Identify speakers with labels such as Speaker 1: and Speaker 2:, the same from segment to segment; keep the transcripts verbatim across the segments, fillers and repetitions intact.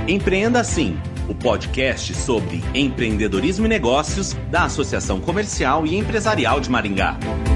Speaker 1: Empreenda Assim, o podcast sobre empreendedorismo e negócios da Associação Comercial e Empresarial de Maringá.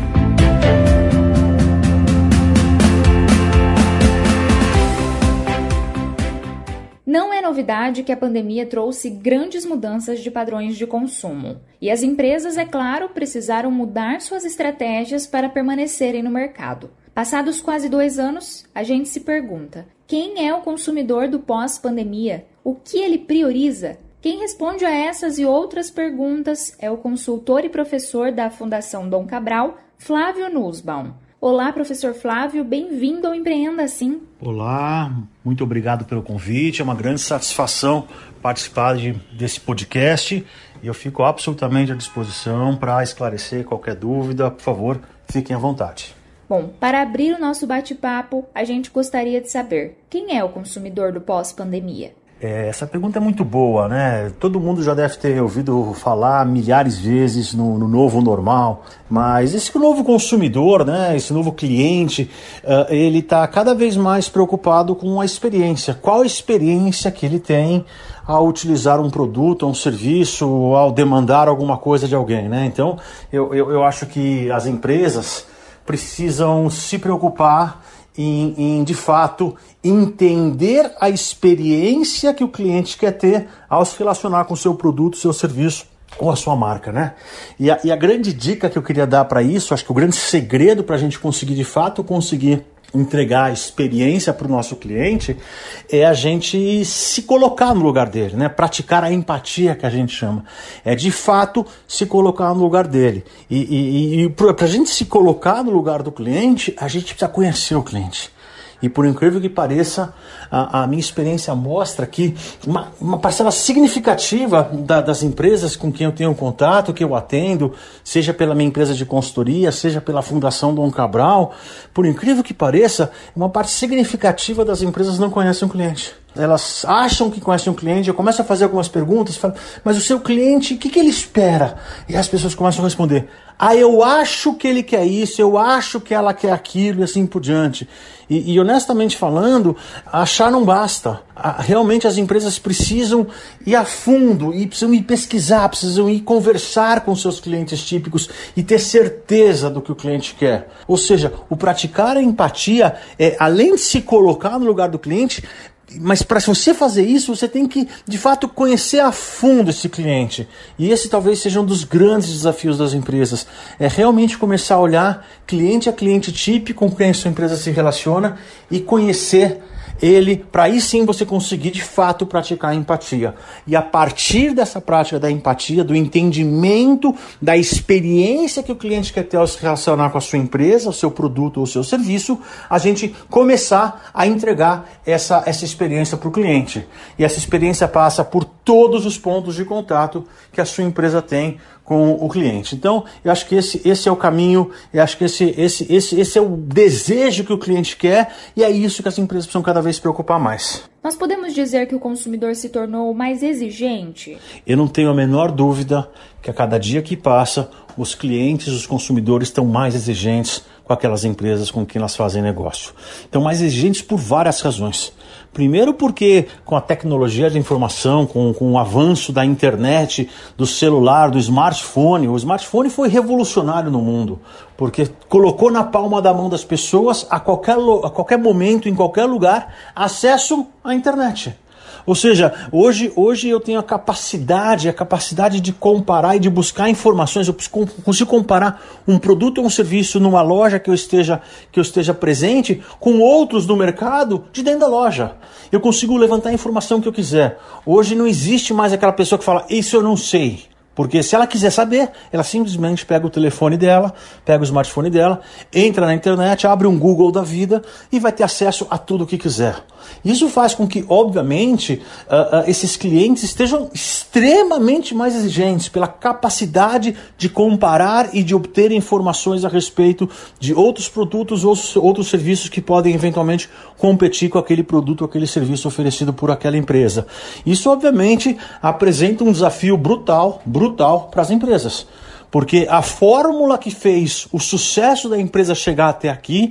Speaker 2: Não é novidade que a pandemia trouxe grandes mudanças de padrões de consumo. E as empresas, é claro, precisaram mudar suas estratégias para permanecerem no mercado. Passados quase dois anos, a gente se pergunta: quem é o consumidor do pós-pandemia? O que ele prioriza? Quem responde a essas e outras perguntas é o consultor e professor da Fundação Dom Cabral, Flávio Nussbaum. Olá, professor Flávio, bem-vindo ao Empreenda Assim.
Speaker 3: Olá, muito obrigado pelo convite, é uma grande satisfação participar de, desse podcast e eu fico absolutamente à disposição para esclarecer qualquer dúvida. Por favor, fiquem à vontade.
Speaker 2: Bom, para abrir o nosso bate-papo, a gente gostaria de saber: quem é o consumidor do pós-pandemia?
Speaker 3: É, essa pergunta é muito boa, né? Todo mundo já deve ter ouvido falar milhares de vezes no, no novo normal, mas esse novo consumidor, né? Esse novo cliente, uh, ele está cada vez mais preocupado com a experiência. Qual a experiência que ele tem ao utilizar um produto, um serviço, ao demandar alguma coisa de alguém, né? Então, eu, eu, eu acho que as empresas precisam se preocupar em, em, de fato, entender a experiência que o cliente quer ter ao se relacionar com o seu produto, seu serviço ou a sua marca, né? E a, e a grande dica que eu queria dar para isso, acho que o grande segredo para a gente conseguir, de fato, conseguir entregar a experiência para o nosso cliente é a gente se colocar no lugar dele, né? Praticar a empatia, que a gente chama. É de fato se colocar no lugar dele. E, e, e para a gente se colocar no lugar do cliente, a gente precisa conhecer o cliente. E por incrível que pareça, a, a minha experiência mostra que uma, uma parcela significativa da, das empresas com quem eu tenho contato, que eu atendo, seja pela minha empresa de consultoria, seja pela Fundação Dom Cabral, por incrível que pareça, uma parte significativa das empresas não conhecem o cliente. Elas acham que conhecem o cliente, eu começo a fazer algumas perguntas, falo, mas o seu cliente, o que, que ele espera? E as pessoas começam a responder: ah, eu acho que ele quer isso, eu acho que ela quer aquilo, e assim por diante. E, e honestamente falando, achar não basta. A, realmente as empresas precisam ir a fundo, e precisam ir pesquisar, precisam ir conversar com seus clientes típicos e ter certeza do que o cliente quer. Ou seja, o praticar a empatia, é, além de se colocar no lugar do cliente, mas para você fazer isso, você tem que, de fato, conhecer a fundo esse cliente. E esse talvez seja um dos grandes desafios das empresas. É realmente começar a olhar cliente a cliente típico com quem a sua empresa se relaciona e conhecer ele, para aí sim você conseguir de fato praticar a empatia. E a partir dessa prática da empatia, do entendimento, da experiência que o cliente quer ter ao se relacionar com a sua empresa, o seu produto ou o seu serviço, a gente começar a entregar essa, essa experiência para o cliente. E essa experiência passa por todos os pontos de contato que a sua empresa tem com o cliente. Então, eu acho que esse, esse é o caminho, eu acho que esse, esse, esse, esse é o desejo que o cliente quer, e é isso que as empresas precisam cada vez se preocupar mais.
Speaker 2: Nós podemos dizer que o consumidor se tornou mais exigente?
Speaker 3: Eu não tenho a menor dúvida que a cada dia que passa, os clientes, os consumidores estão mais exigentes com aquelas empresas com quem elas fazem negócio. Estão mais exigentes por várias razões. Primeiro porque com a tecnologia de informação, com, com o avanço da internet, do celular, do smartphone, o smartphone foi revolucionário no mundo, porque colocou na palma da mão das pessoas, a qualquer, a qualquer momento, em qualquer lugar, acesso à internet. Ou seja, hoje, hoje eu tenho a capacidade, a capacidade de comparar e de buscar informações. Eu consigo comparar um produto ou um serviço numa loja que eu esteja, que eu esteja presente com outros no mercado de dentro da loja. Eu consigo levantar a informação que eu quiser. Hoje não existe mais aquela pessoa que fala, isso eu não sei. Porque se ela quiser saber, ela simplesmente pega o telefone dela, pega o smartphone dela, entra na internet, abre um Google da vida e vai ter acesso a tudo o que quiser. Isso faz com que, obviamente, uh, uh, esses clientes estejam extremamente mais exigentes pela capacidade de comparar e de obter informações a respeito de outros produtos ou outros serviços que podem eventualmente competir com aquele produto ou aquele serviço oferecido por aquela empresa. Isso, obviamente, apresenta um desafio brutal, brutal para as empresas. Porque a fórmula que fez o sucesso da empresa chegar até aqui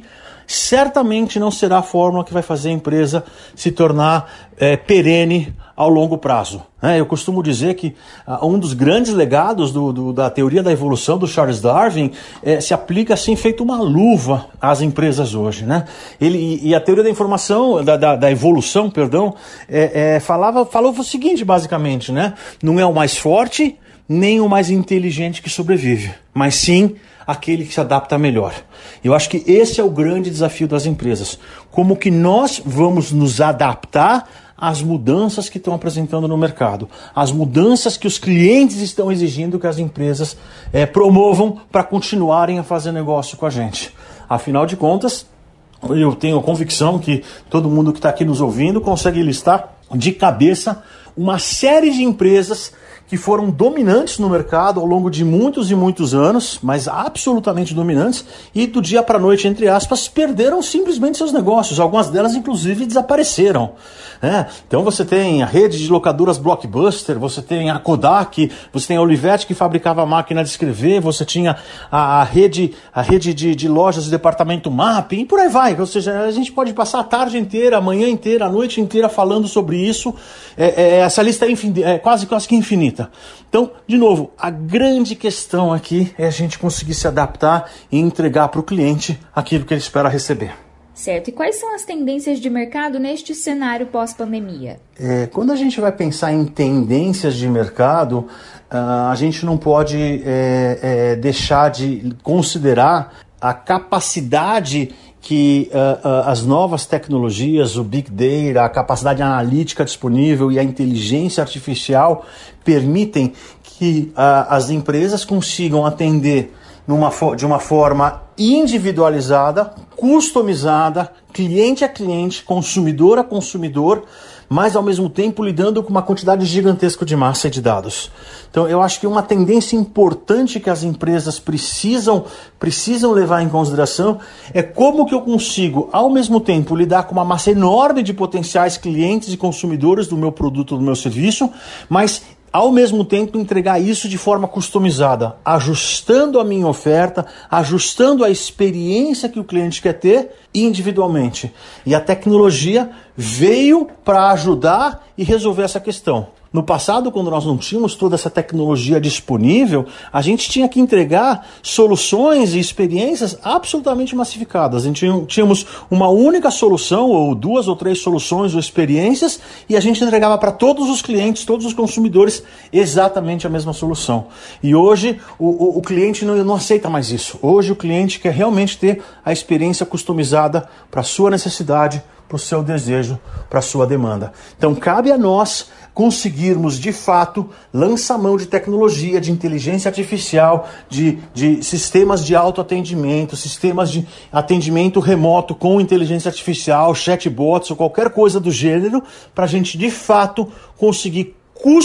Speaker 3: certamente não será a fórmula que vai fazer a empresa se tornar é, perene ao longo prazo. É, eu costumo dizer que uh, um dos grandes legados do, do, da teoria da evolução do Charles Darwin é, se aplica assim feito uma luva às empresas hoje, né? Ele, e a teoria da informação, da, da, da evolução, perdão, é, é, falava, falou o seguinte basicamente, né? Não é o mais forte nem o mais inteligente que sobrevive, mas sim aquele que se adapta melhor. Eu acho que esse é o grande desafio das empresas. Como que nós vamos nos adaptar às mudanças que estão apresentando no mercado, às mudanças que os clientes estão exigindo que as empresas é, promovam para continuarem a fazer negócio com a gente. Afinal de contas, eu tenho a convicção que todo mundo que está aqui nos ouvindo consegue listar de cabeça uma série de empresas que foram dominantes no mercado ao longo de muitos e muitos anos, mas absolutamente dominantes, e do dia para a noite, entre aspas, perderam simplesmente seus negócios. Algumas delas, inclusive, desapareceram. É, então você tem a rede de locadoras Blockbuster, você tem a Kodak, você tem a Olivetti que fabricava a máquina de escrever, você tinha a, a rede, a rede de, de lojas do departamento Mapping, e por aí vai. Ou seja, a gente pode passar a tarde inteira, a manhã inteira, a noite inteira falando sobre isso. É, é, essa lista é, infin, é quase, quase que infinita. Então, de novo, a grande questão aqui é a gente conseguir se adaptar e entregar para o cliente aquilo que ele espera receber.
Speaker 2: Certo. E quais são as tendências de mercado neste cenário pós-pandemia?
Speaker 3: É, quando a gente vai pensar em tendências de mercado, uh, a gente não pode é, é, deixar de considerar a capacidade que uh, uh, as novas tecnologias, o Big Data, a capacidade analítica disponível e a inteligência artificial permitem que uh, as empresas consigam atender numa, de uma forma individualizada, customizada, cliente a cliente, consumidor a consumidor, mas ao mesmo tempo lidando com uma quantidade gigantesca de massa de dados. Então eu acho que uma tendência importante que as empresas precisam, precisam levar em consideração é como que eu consigo, ao mesmo tempo, lidar com uma massa enorme de potenciais clientes e consumidores do meu produto, do meu serviço, mas ao mesmo tempo entregar isso de forma customizada, ajustando a minha oferta, ajustando a experiência que o cliente quer ter individualmente. E a tecnologia veio para ajudar e resolver essa questão. No passado, quando nós não tínhamos toda essa tecnologia disponível, a gente tinha que entregar soluções e experiências absolutamente massificadas. A gente tínhamos uma única solução, ou duas ou três soluções ou experiências, e a gente entregava para todos os clientes, todos os consumidores, exatamente a mesma solução. E hoje, o, o, o cliente não, não aceita mais isso. Hoje, o cliente quer realmente ter a experiência customizada para a sua necessidade, para o seu desejo, para a sua demanda. Então, cabe a nós conseguirmos, de fato, lançar mão de tecnologia, de inteligência artificial, de, de sistemas de autoatendimento, sistemas de atendimento remoto com inteligência artificial, chatbots ou qualquer coisa do gênero, para a gente, de fato, conseguir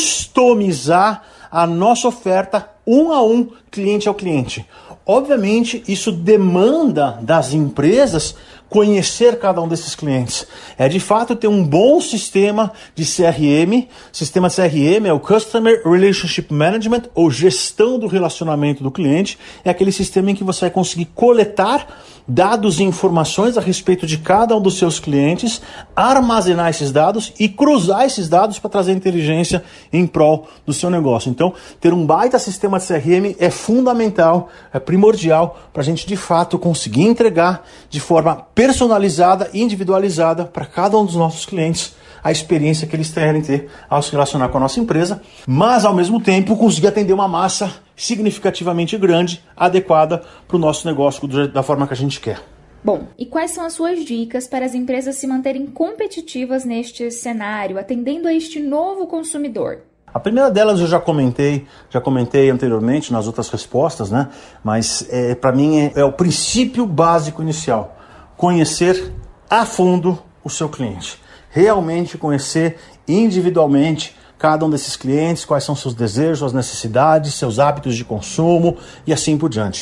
Speaker 3: customizar a nossa oferta um a um, cliente ao cliente. Obviamente, isso demanda das empresas conhecer cada um desses clientes. É de fato ter um bom sistema de C R M. Sistema de C R M é o Customer Relationship Management, ou gestão do relacionamento do cliente. É aquele sistema em que você vai conseguir coletar dados e informações a respeito de cada um dos seus clientes, armazenar esses dados e cruzar esses dados para trazer inteligência em prol do seu negócio. Então, ter um baita sistema de C R M é fundamental, é primordial para a gente de fato conseguir entregar de forma personalizada e individualizada para cada um dos nossos clientes a experiência que eles querem ter ao se relacionar com a nossa empresa, mas ao mesmo tempo conseguir atender uma massa significativamente grande, adequada para o nosso negócio da forma que a gente quer.
Speaker 2: Bom, e quais são as suas dicas para as empresas se manterem competitivas neste cenário, atendendo a este novo consumidor?
Speaker 3: A primeira delas eu já comentei, já comentei anteriormente nas outras respostas, né? Mas é, para mim é, é o princípio básico inicial: conhecer a fundo o seu cliente. Realmente conhecer individualmente cada um desses clientes, quais são seus desejos, suas necessidades, seus hábitos de consumo e assim por diante.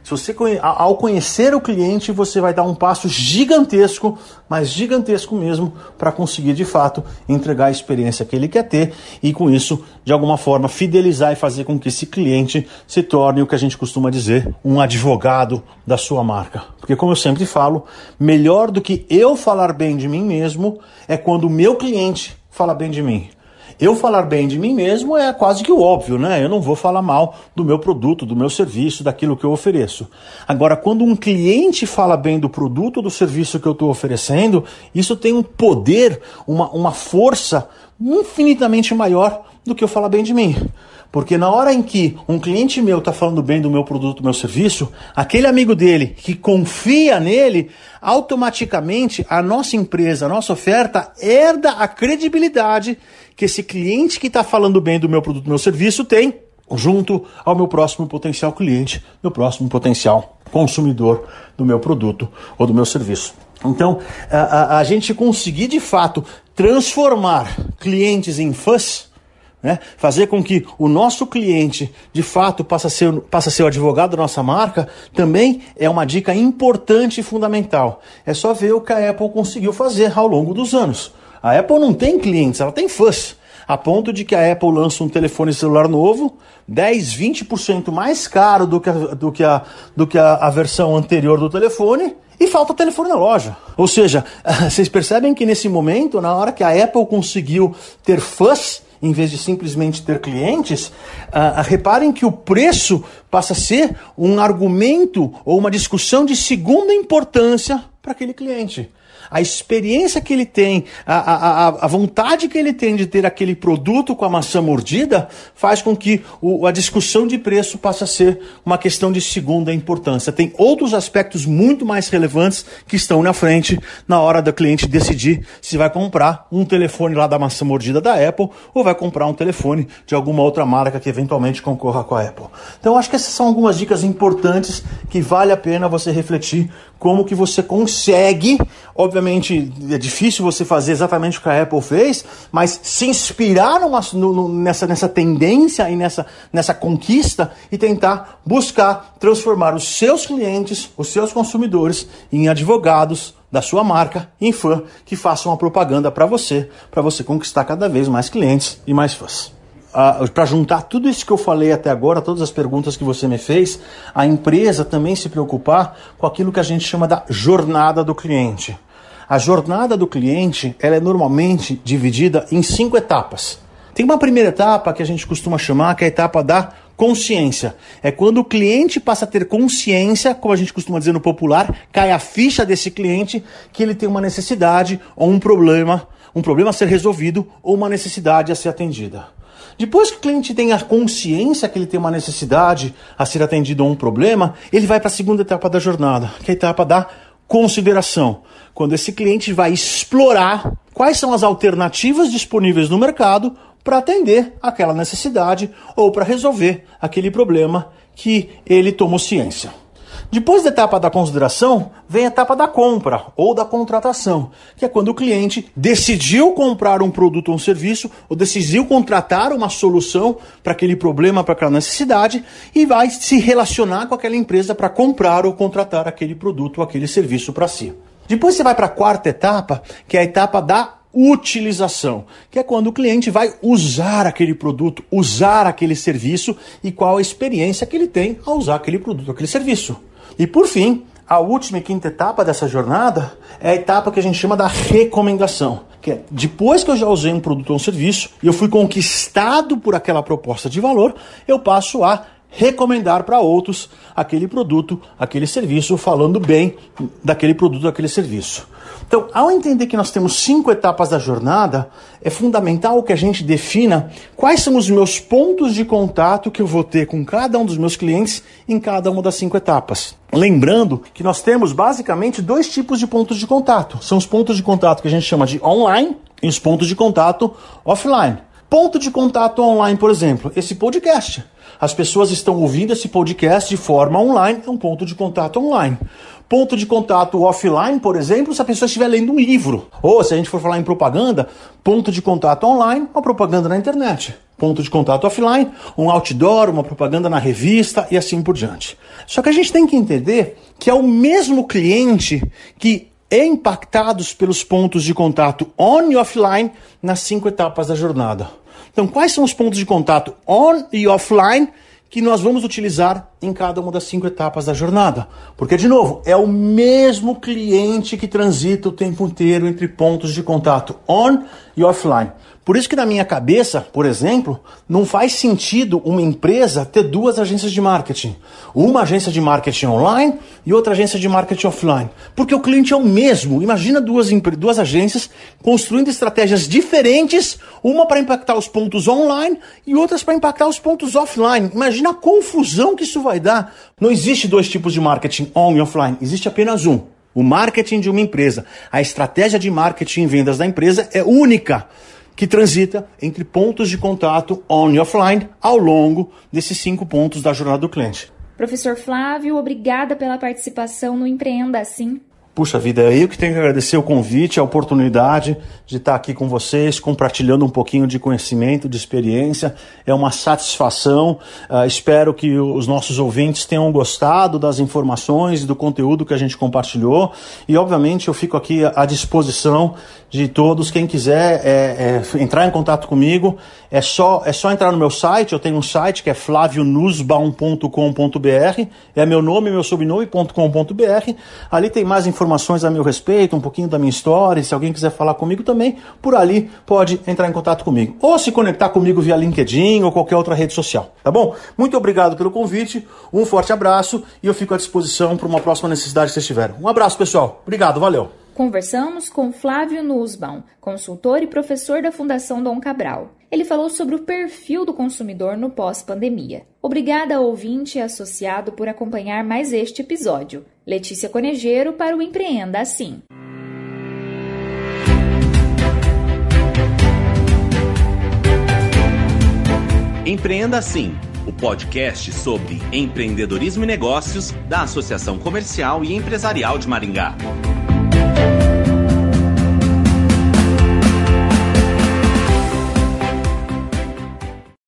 Speaker 3: Se você, ao conhecer o cliente, você vai dar um passo gigantesco, mas gigantesco mesmo, para conseguir de fato entregar a experiência que ele quer ter e com isso, de alguma forma, fidelizar e fazer com que esse cliente se torne o que a gente costuma dizer, um advogado da sua marca. Porque como eu sempre falo, melhor do que eu falar bem de mim mesmo é quando o meu cliente fala bem de mim. Eu falar bem de mim mesmo é quase que o óbvio, né? Eu não vou falar mal do meu produto, do meu serviço, daquilo que eu ofereço. Agora, quando um cliente fala bem do produto ou do serviço que eu estou oferecendo, isso tem um poder, uma, uma força infinitamente maior do que eu falar bem de mim. Porque na hora em que um cliente meu está falando bem do meu produto, do meu serviço, aquele amigo dele que confia nele, automaticamente a nossa empresa, a nossa oferta herda a credibilidade que esse cliente que está falando bem do meu produto, do meu serviço tem junto ao meu próximo potencial cliente, meu próximo potencial consumidor do meu produto ou do meu serviço. Então, a, a, a gente conseguir de fato transformar clientes em fãs, né? Fazer com que o nosso cliente, de fato, passe a ser, passe a ser o advogado da nossa marca, também é uma dica importante e fundamental. É só ver o que a Apple conseguiu fazer ao longo dos anos. A Apple não tem clientes, ela tem fãs. A ponto de que a Apple lança um telefone celular novo, dez, vinte por cento mais caro do que, a, do que, a, do que a, a versão anterior do telefone, e falta telefone na loja. Ou seja, vocês percebem que nesse momento, na hora que a Apple conseguiu ter fãs, em vez de simplesmente ter clientes, uh, reparem que o preço passa a ser um argumento ou uma discussão de segunda importância para aquele cliente. A experiência que ele tem, a, a, a vontade que ele tem de ter aquele produto com a maçã mordida, faz com que o, a discussão de preço passe a ser uma questão de segunda importância. Tem outros aspectos muito mais relevantes que estão na frente na hora do cliente decidir se vai comprar um telefone lá da maçã mordida da Apple ou vai comprar um telefone de alguma outra marca que eventualmente concorra com a Apple. Então acho que essas são algumas dicas importantes que vale a pena você refletir como que você consegue, obviamente é difícil você fazer exatamente o que a Apple fez, mas se inspirar numa, no, nessa, nessa tendência e nessa, nessa conquista e tentar buscar transformar os seus clientes, os seus consumidores em advogados da sua marca, em fã, que façam a propaganda para você, para você conquistar cada vez mais clientes e mais fãs. Uh, para juntar tudo isso que eu falei até agora, todas as perguntas que você me fez, a empresa também se preocupar com aquilo que a gente chama da jornada do cliente. A jornada do cliente, ela é normalmente dividida em cinco etapas. Tem uma primeira etapa que a gente costuma chamar, que é a etapa da consciência. É quando o cliente passa a ter consciência, como a gente costuma dizer no popular, cai a ficha desse cliente que ele tem uma necessidade ou um problema, um problema a ser resolvido ou uma necessidade a ser atendida. Depois que o cliente tem a consciência que ele tem uma necessidade a ser atendido ou um problema, ele vai para a segunda etapa da jornada, que é a etapa da consideração. Quando esse cliente vai explorar quais são as alternativas disponíveis no mercado para atender aquela necessidade ou para resolver aquele problema que ele tomou ciência. Depois da etapa da consideração, vem a etapa da compra ou da contratação, que é quando o cliente decidiu comprar um produto ou um serviço, ou decidiu contratar uma solução para aquele problema, para aquela necessidade, e vai se relacionar com aquela empresa para comprar ou contratar aquele produto ou aquele serviço para si. Depois você vai para a quarta etapa, que é a etapa da utilização, que é quando o cliente vai usar aquele produto, usar aquele serviço e qual a experiência que ele tem ao usar aquele produto, aquele serviço. E por fim, a última e quinta etapa dessa jornada é a etapa que a gente chama da recomendação, que é depois que eu já usei um produto ou um serviço e eu fui conquistado por aquela proposta de valor, eu passo a recomendar para outros aquele produto, aquele serviço, falando bem daquele produto, daquele serviço. Então, ao entender que nós temos cinco etapas da jornada, é fundamental que a gente defina quais são os meus pontos de contato que eu vou ter com cada um dos meus clientes em cada uma das cinco etapas. Lembrando que nós temos basicamente dois tipos de pontos de contato. São os pontos de contato que a gente chama de online e os pontos de contato offline. Ponto de contato online, por exemplo, esse podcast. As pessoas estão ouvindo esse podcast de forma online, é um ponto de contato online. Ponto de contato offline, por exemplo, se a pessoa estiver lendo um livro. Ou, se a gente for falar em propaganda, ponto de contato online, uma propaganda na internet. ponto de contato offline, um outdoor, uma propaganda na revista e assim por diante. Só que a gente tem que entender que é o mesmo cliente que é impactado pelos pontos de contato on e offline nas cinco etapas da jornada. Então, quais são os pontos de contato on e offline que nós vamos utilizar em cada uma das cinco etapas da jornada? Porque, de novo, é o mesmo cliente que transita o tempo inteiro entre pontos de contato on e offline. Por isso que na minha cabeça, por exemplo, não faz sentido uma empresa ter duas agências de marketing. Uma agência de marketing online e outra agência de marketing offline. Porque o cliente é o mesmo. Imagina duas, duas agências construindo estratégias diferentes, uma para impactar os pontos online e outras para impactar os pontos offline. Imagina a confusão que isso vai dar. Não existe dois tipos de marketing on e offline, existe apenas um. O marketing de uma empresa. A estratégia de marketing e vendas da empresa é única, que transita entre pontos de contato on e offline ao longo desses cinco pontos da jornada do cliente.
Speaker 2: Professor Flávio, obrigada pela participação no Empreenda Assim.
Speaker 3: Puxa vida, é eu que tenho que agradecer o convite, a oportunidade de estar aqui com vocês, compartilhando um pouquinho de conhecimento, de experiência. É uma satisfação. Uh, espero que os nossos ouvintes tenham gostado das informações e do conteúdo que a gente compartilhou. E, obviamente, eu fico aqui à disposição de todos. Quem quiser é, é, entrar em contato comigo, é só, é só entrar no meu site. Eu tenho um site que é flavio nussbaum ponto com ponto b r. É meu nome, meu sobrenome ponto com ponto b r. Ali tem mais informações. informações a meu respeito, um pouquinho da minha história. Se alguém quiser falar comigo também, por ali pode entrar em contato comigo. Ou se conectar comigo via LinkedIn ou qualquer outra rede social. Tá bom? Muito obrigado pelo convite, um forte abraço e eu fico à disposição para uma próxima necessidade que vocês tiverem. Um abraço, pessoal. Obrigado, valeu.
Speaker 2: Conversamos com Flávio Nussbaum, consultor e professor da Fundação Dom Cabral. Ele falou sobre o perfil do consumidor no pós-pandemia. Obrigada ao ouvinte e associado por acompanhar mais este episódio. Letícia Conejeiro para o Empreenda Assim.
Speaker 1: Empreenda Assim, o podcast sobre empreendedorismo e negócios da Associação Comercial e Empresarial de Maringá.